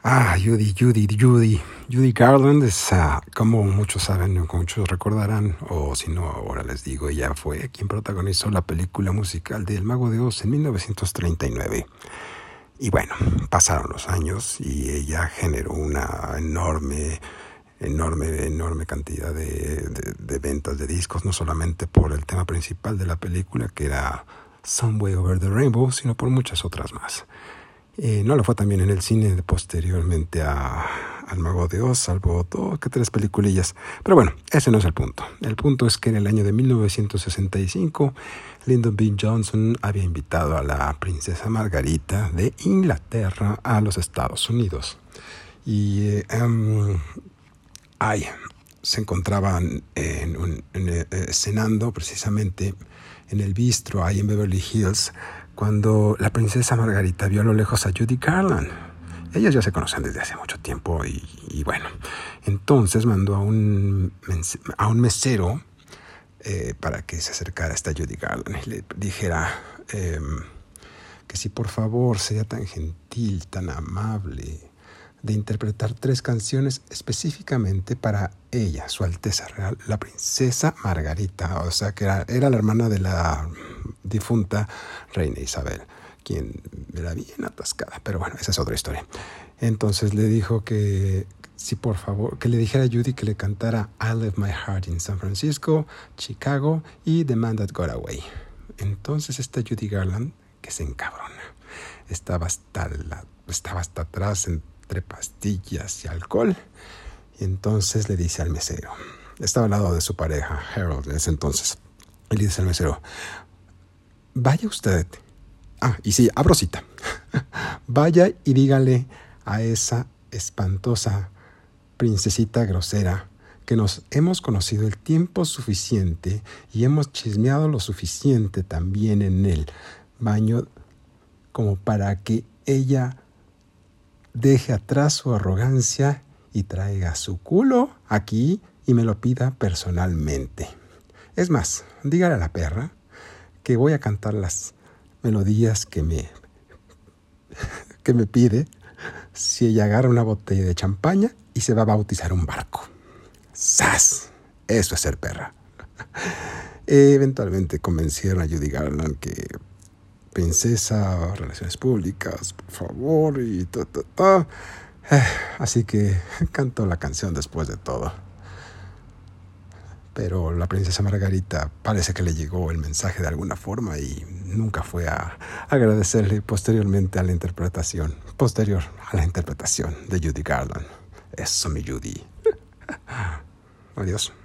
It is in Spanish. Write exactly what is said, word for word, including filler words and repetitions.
Ah, Judy, Judy, Judy. Judy Garland es, uh, como muchos saben, como muchos recordarán, o si no, ahora les digo, ella fue quien protagonizó la película musical de El Mago de Oz en mil novecientos treinta y nueve. Y bueno, pasaron los años y ella generó una enorme, enorme, enorme cantidad de, de, de ventas de discos, no solamente por el tema principal de la película, que era Some Way Over the Rainbow, sino por muchas otras más. Eh, no lo fue también en el cine posteriormente a, al Mago de Oz, salvo dos que tres peliculillas. Pero bueno, ese no es el punto. El punto es que en el año de mil novecientos sesenta y cinco, Lyndon B. Johnson había invitado a la princesa Margarita de Inglaterra a los Estados Unidos. Y eh, um, ay, se encontraban en un, en, eh, cenando precisamente en el bistro ahí en Beverly Hills, cuando la princesa Margarita vio a lo lejos a Judy Garland. Ellas ya se conocen desde hace mucho tiempo y, y bueno, entonces mandó a un, a un mesero eh, para que se acercara a esta Judy Garland y le dijera eh, que si por favor sería tan gentil, tan amable de interpretar tres canciones específicamente para ella, Su Alteza Real, la princesa Margarita, o sea que era, era la hermana de la difunta reina Isabel, quien era bien atascada, pero bueno, esa es otra historia. Entonces le dijo que si por favor, que le dijera a Judy que le cantara I Left My Heart in San Francisco, Chicago y The Man That Got Away. Entonces esta Judy Garland, que se encabrona, estaba hasta, la, estaba hasta atrás entre pastillas y alcohol, y entonces le dice al mesero, estaba al lado de su pareja, Harold, en ese entonces, y le dice al mesero, vaya usted, ah, y sí, abro cita, vaya y dígale a esa espantosa princesita grosera que nos hemos conocido el tiempo suficiente y hemos chismeado lo suficiente también en el baño como para que ella deje atrás su arrogancia y traiga su culo aquí y me lo pida personalmente. Es más, dígale a la perra que voy a cantar las melodías que me, que me pide si ella agarra una botella de champaña y se va a bautizar un barco. ¡Sas! Eso es ser perra. Eventualmente convencieron a Judy Garland que princesa, relaciones públicas, por favor, y ta, ta, ta. Así que cantó la canción después de todo. Pero la princesa Margarita parece que le llegó el mensaje de alguna forma y nunca fue a agradecerle posteriormente a la interpretación, posterior a la interpretación de Judy Garland. Eso, mi Judy. Adiós.